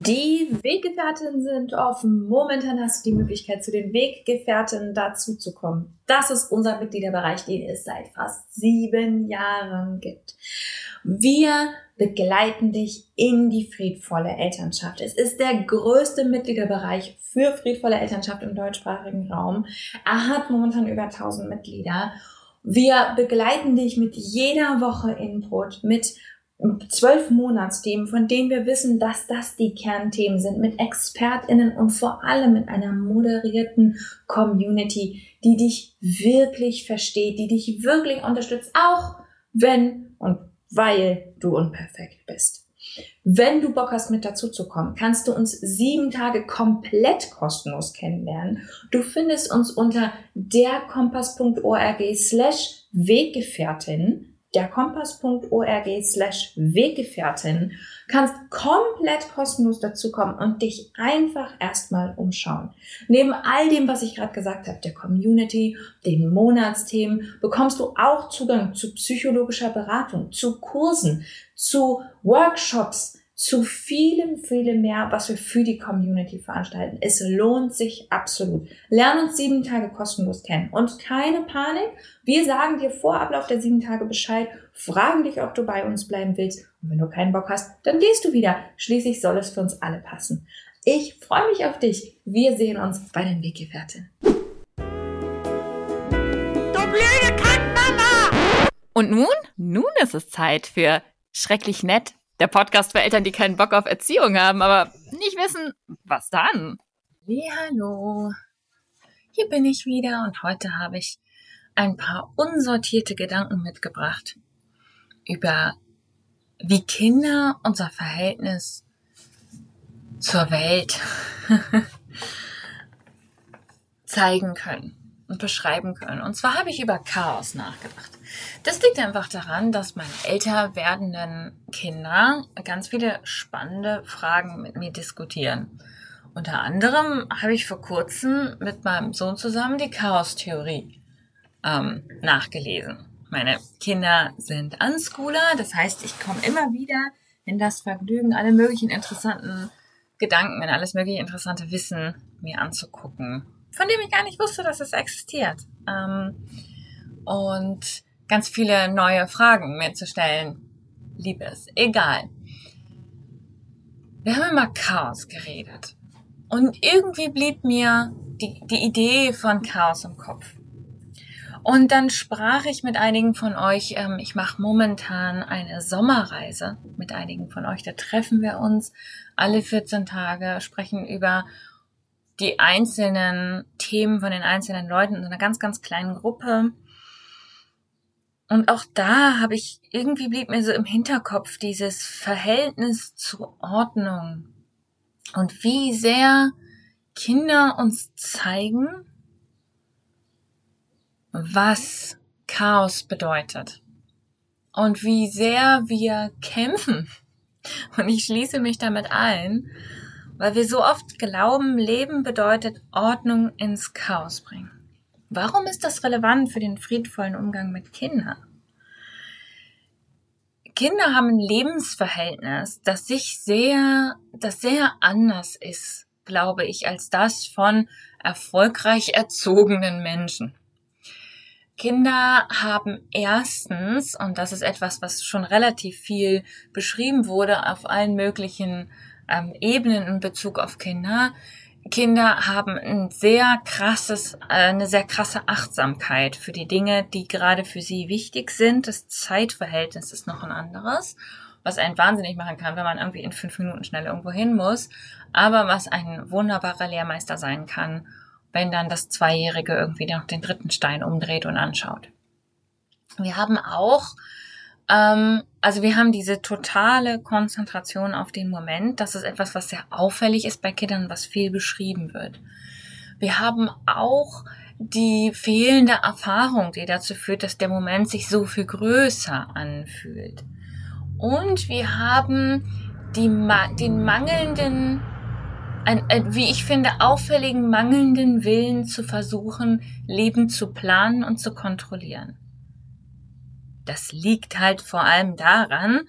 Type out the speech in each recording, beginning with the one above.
Die Weggefährtinnen sind offen. Momentan hast du die Möglichkeit, zu den Weggefährtinnen dazu zu kommen. Das ist unser Mitgliederbereich, den es seit fast 7 Jahren gibt. Wir begleiten dich in die friedvolle Elternschaft. Es ist der größte Mitgliederbereich für friedvolle Elternschaft im deutschsprachigen Raum. Er hat momentan über 1000 Mitglieder. Wir begleiten dich mit jeder Woche Input, mit 12 Monatsthemen, von denen wir wissen, dass das die Kernthemen sind, mit ExpertInnen und vor allem mit einer moderierten Community, die dich wirklich versteht, die dich wirklich unterstützt, auch wenn und weil du unperfekt bist. Wenn du Bock hast, mit dazu zu kommen, kannst du uns 7 Tage komplett kostenlos kennenlernen. Du findest uns unter derkompass.org/Weggefährtin, derkompass.org/Weggefährtin, kannst komplett kostenlos dazukommen und dich einfach erstmal umschauen. Neben all dem, was ich gerade gesagt habe, der Community, den Monatsthemen, bekommst du auch Zugang zu psychologischer Beratung, zu Kursen, zu Workshops, zu vielem mehr, was wir für die Community veranstalten. Es lohnt sich absolut. Lern uns 7 Tage kostenlos kennen. Und keine Panik, wir sagen dir vor Ablauf der 7 Tage Bescheid, fragen dich, ob du bei uns bleiben willst. Und wenn du keinen Bock hast, dann gehst du wieder. Schließlich soll es für uns alle passen. Ich freue mich auf dich. Wir sehen uns bei den Weggefährtinnen. Du blöde Kackmama! Und nun ist es Zeit für Schrecklich Nett. Der Podcast für Eltern, die keinen Bock auf Erziehung haben, aber nicht wissen, was dann. Hallo, hier bin ich wieder und heute habe ich ein paar unsortierte Gedanken mitgebracht über wie Kinder unser Verhältnis zur Welt zeigen können und beschreiben können. Und zwar habe ich über Chaos nachgedacht. Das liegt einfach daran, dass meine älter werdenden Kinder ganz viele spannende Fragen mit mir diskutieren. Unter anderem habe ich vor kurzem mit meinem Sohn zusammen die Chaos-Theorie nachgelesen. Meine Kinder sind Unschooler, das heißt, ich komme immer wieder in das Vergnügen, alle möglichen interessanten Gedanken, in alles mögliche interessante Wissen mir anzugucken, von dem ich gar nicht wusste, dass es existiert. Und ganz viele neue Fragen mir zu stellen. Liebe es. Egal. Wir haben über Chaos geredet. Und irgendwie blieb mir die Idee von Chaos im Kopf. Und dann sprach ich mit einigen von euch. Ich mache momentan eine Sommerreise mit einigen von euch. Da treffen wir uns alle 14 Tage, sprechen über die einzelnen Themen von den einzelnen Leuten in einer ganz, ganz kleinen Gruppe. Und auch da blieb mir so im Hinterkopf dieses Verhältnis zur Ordnung und wie sehr Kinder uns zeigen, was Chaos bedeutet und wie sehr wir kämpfen. Und ich schließe mich damit ein, weil wir so oft glauben, Leben bedeutet Ordnung ins Chaos bringen. Warum ist das relevant für den friedvollen Umgang mit Kindern? Kinder haben ein Lebensverhältnis, das sehr anders ist, glaube ich, als das von erfolgreich erzogenen Menschen. Kinder haben erstens, und das ist etwas, was schon relativ viel beschrieben wurde auf allen möglichen Ebenen in Bezug auf Kinder, Kinder haben eine sehr krasse Achtsamkeit für die Dinge, die gerade für sie wichtig sind. Das Zeitverhältnis ist noch ein anderes, was einen wahnsinnig machen kann, wenn man irgendwie in 5 Minuten schnell irgendwo hin muss, aber was ein wunderbarer Lehrmeister sein kann, wenn dann das 2-Jährige irgendwie noch den 3. Stein umdreht und anschaut. Wir haben auch wir haben diese totale Konzentration auf den Moment. Das ist etwas, was sehr auffällig ist bei Kindern, was viel beschrieben wird. Wir haben auch die fehlende Erfahrung, die dazu führt, dass der Moment sich so viel größer anfühlt. Und wir haben den mangelnden, wie ich finde, auffälligen mangelnden Willen zu versuchen, Leben zu planen und zu kontrollieren. Das liegt halt vor allem daran,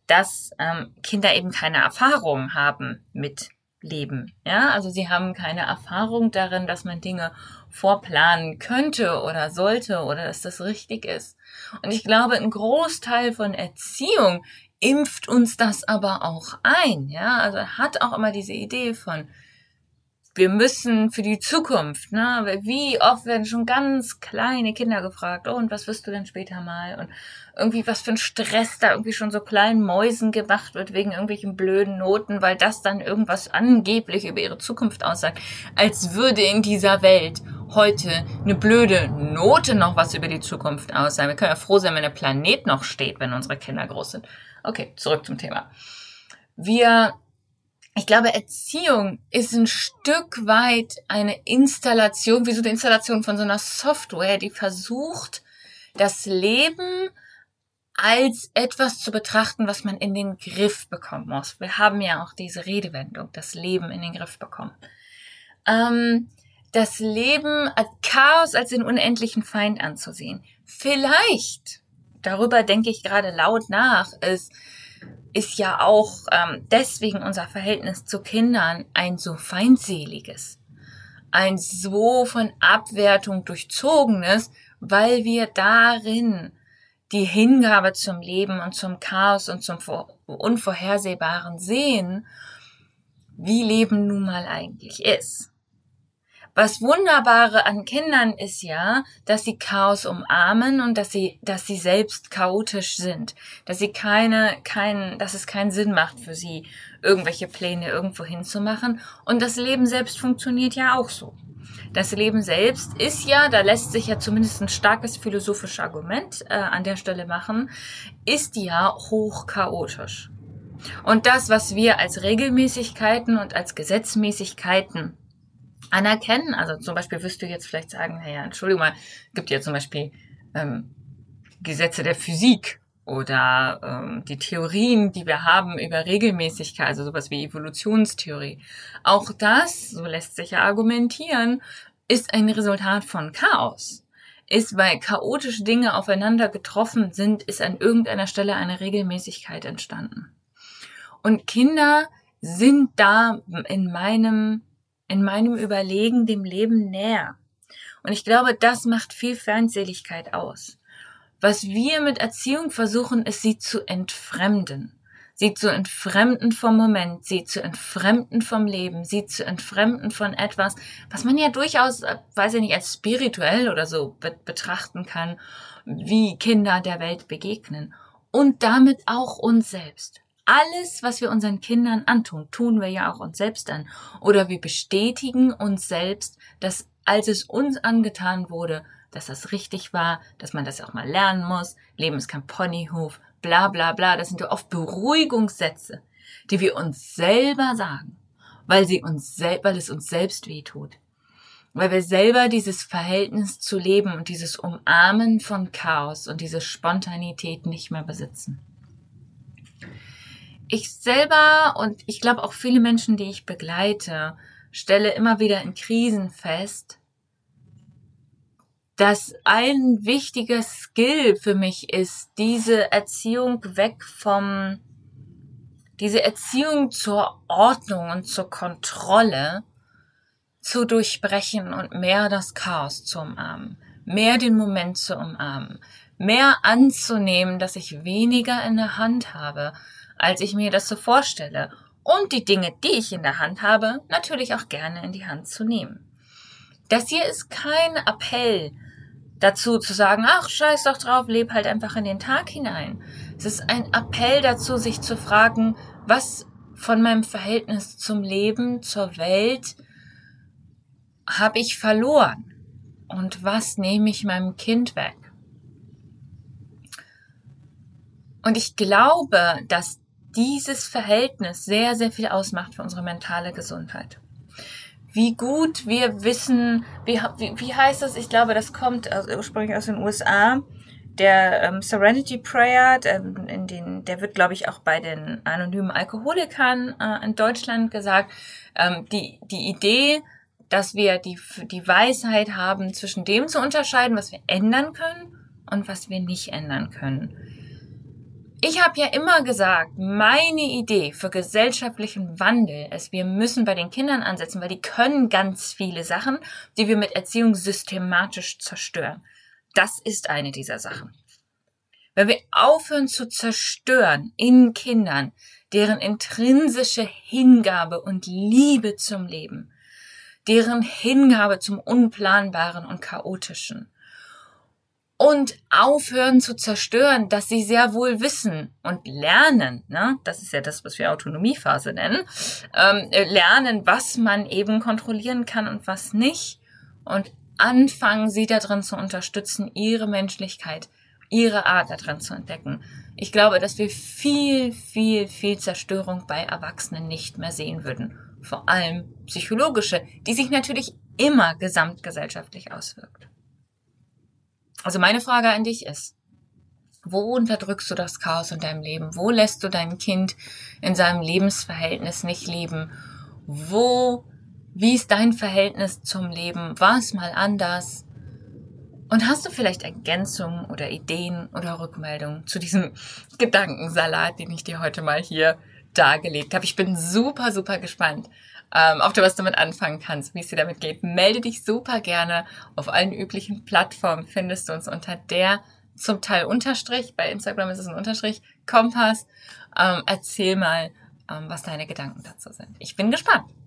dass Kinder eben keine Erfahrung haben mit Leben. Ja, also sie haben keine Erfahrung darin, dass man Dinge vorplanen könnte oder sollte oder dass das richtig ist. Und ich glaube, ein Großteil von Erziehung impft uns das aber auch ein. Ja, also hat auch immer diese Idee von, wir müssen für die Zukunft, ne? Wie oft werden schon ganz kleine Kinder gefragt, oh, und was wirst du denn später mal? Und irgendwie was für ein Stress da irgendwie schon so kleinen Mäusen gemacht wird wegen irgendwelchen blöden Noten, weil das dann irgendwas angeblich über ihre Zukunft aussagt. Als würde in dieser Welt heute eine blöde Note noch was über die Zukunft aussagen. Wir können ja froh sein, wenn der Planet noch steht, wenn unsere Kinder groß sind. Okay, zurück zum Thema. Ich glaube, Erziehung ist ein Stück weit eine Installation, wie so eine Installation von so einer Software, die versucht, das Leben als etwas zu betrachten, was man in den Griff bekommen muss. Wir haben ja auch diese Redewendung, das Leben in den Griff bekommen. Das Leben als Chaos, als den unendlichen Feind anzusehen. Vielleicht, darüber denke ich gerade laut nach, ist ja auch deswegen unser Verhältnis zu Kindern ein so feindseliges, ein so von Abwertung durchzogenes, weil wir darin die Hingabe zum Leben und zum Chaos und zum Unvorhersehbaren sehen, wie Leben nun mal eigentlich ist. Was Wunderbare an Kindern ist ja, dass sie Chaos umarmen und dass sie selbst chaotisch sind, dass sie dass es keinen Sinn macht für sie, irgendwelche Pläne irgendwo hinzumachen. Und das Leben selbst funktioniert ja auch so. Das Leben selbst ist ja, da lässt sich ja zumindest ein starkes philosophisches Argument an der Stelle machen, ist ja hoch chaotisch. Und das, was wir als Regelmäßigkeiten und als Gesetzmäßigkeiten anerkennen, also zum Beispiel wirst du jetzt vielleicht sagen, naja, Entschuldigung mal, es gibt ja zum Beispiel Gesetze der Physik oder die Theorien, die wir haben über Regelmäßigkeit, also sowas wie Evolutionstheorie. Auch das, so lässt sich ja argumentieren, ist ein Resultat von Chaos. Ist, weil chaotische Dinge aufeinander getroffen sind, ist an irgendeiner Stelle eine Regelmäßigkeit entstanden. Und Kinder sind da in meinem Überlegen dem Leben näher. Und ich glaube, das macht viel Feindseligkeit aus. Was wir mit Erziehung versuchen, ist, sie zu entfremden. Sie zu entfremden vom Moment, sie zu entfremden vom Leben, sie zu entfremden von etwas, was man ja durchaus, weiß ich nicht, als spirituell oder so betrachten kann, wie Kinder der Welt begegnen. Und damit auch uns selbst. Alles, was wir unseren Kindern antun, tun wir ja auch uns selbst an. Oder wir bestätigen uns selbst, dass als es uns angetan wurde, dass das richtig war, dass man das auch mal lernen muss. Leben ist kein Ponyhof, bla bla bla. Das sind ja oft Beruhigungssätze, die wir uns selber sagen, weil es uns selbst wehtut. Weil wir selber dieses Verhältnis zu Leben und dieses Umarmen von Chaos und diese Spontanität nicht mehr besitzen. Ich selber und ich glaube auch viele Menschen, die ich begleite, stelle immer wieder in Krisen fest, dass ein wichtiger Skill für mich ist, diese Erziehung zur Ordnung und zur Kontrolle zu durchbrechen und mehr das Chaos zu umarmen, mehr den Moment zu umarmen, mehr anzunehmen, dass ich weniger in der Hand habe, als ich mir das so vorstelle. Und die Dinge, die ich in der Hand habe, natürlich auch gerne in die Hand zu nehmen. Das hier ist kein Appell dazu zu sagen, ach, scheiß doch drauf, leb halt einfach in den Tag hinein. Es ist ein Appell dazu, sich zu fragen, was von meinem Verhältnis zum Leben, zur Welt habe ich verloren und was nehme ich meinem Kind weg? Und ich glaube, dass dieses Verhältnis sehr, sehr viel ausmacht für unsere mentale Gesundheit. Wie gut wir wissen, wie heißt das? Ich glaube, das kommt ursprünglich aus den USA. Der Serenity Prayer, der wird, glaube ich, auch bei den anonymen Alkoholikern in Deutschland gesagt. Die Idee, dass wir die Weisheit haben, zwischen dem zu unterscheiden, was wir ändern können und was wir nicht ändern können. Ich habe ja immer gesagt, meine Idee für gesellschaftlichen Wandel ist, wir müssen bei den Kindern ansetzen, weil die können ganz viele Sachen, die wir mit Erziehung systematisch zerstören. Das ist eine dieser Sachen. Wenn wir aufhören zu zerstören in Kindern, deren intrinsische Hingabe und Liebe zum Leben, deren Hingabe zum Unplanbaren und Chaotischen, und aufhören zu zerstören, dass sie sehr wohl wissen und lernen, ne? Das ist ja das, was wir Autonomiephase nennen, lernen, was man eben kontrollieren kann und was nicht, und anfangen, sie darin zu unterstützen, ihre Menschlichkeit, ihre Art darin zu entdecken. Ich glaube, dass wir viel Zerstörung bei Erwachsenen nicht mehr sehen würden. Vor allem psychologische, die sich natürlich immer gesamtgesellschaftlich auswirkt. Also meine Frage an dich ist, wo unterdrückst du das Chaos in deinem Leben? Wo lässt du dein Kind in seinem Lebensverhältnis nicht leben? Wie ist dein Verhältnis zum Leben? War es mal anders? Und hast du vielleicht Ergänzungen oder Ideen oder Rückmeldungen zu diesem Gedankensalat, den ich dir heute mal hier dargelegt habe? Ich bin super gespannt, ob du was damit anfangen kannst, wie es dir damit geht. Melde dich super gerne. Auf allen üblichen Plattformen findest du uns unter der zum Teil Unterstrich, bei Instagram ist es ein Unterstrich, Kompass. Erzähl mal, was deine Gedanken dazu sind. Ich bin gespannt.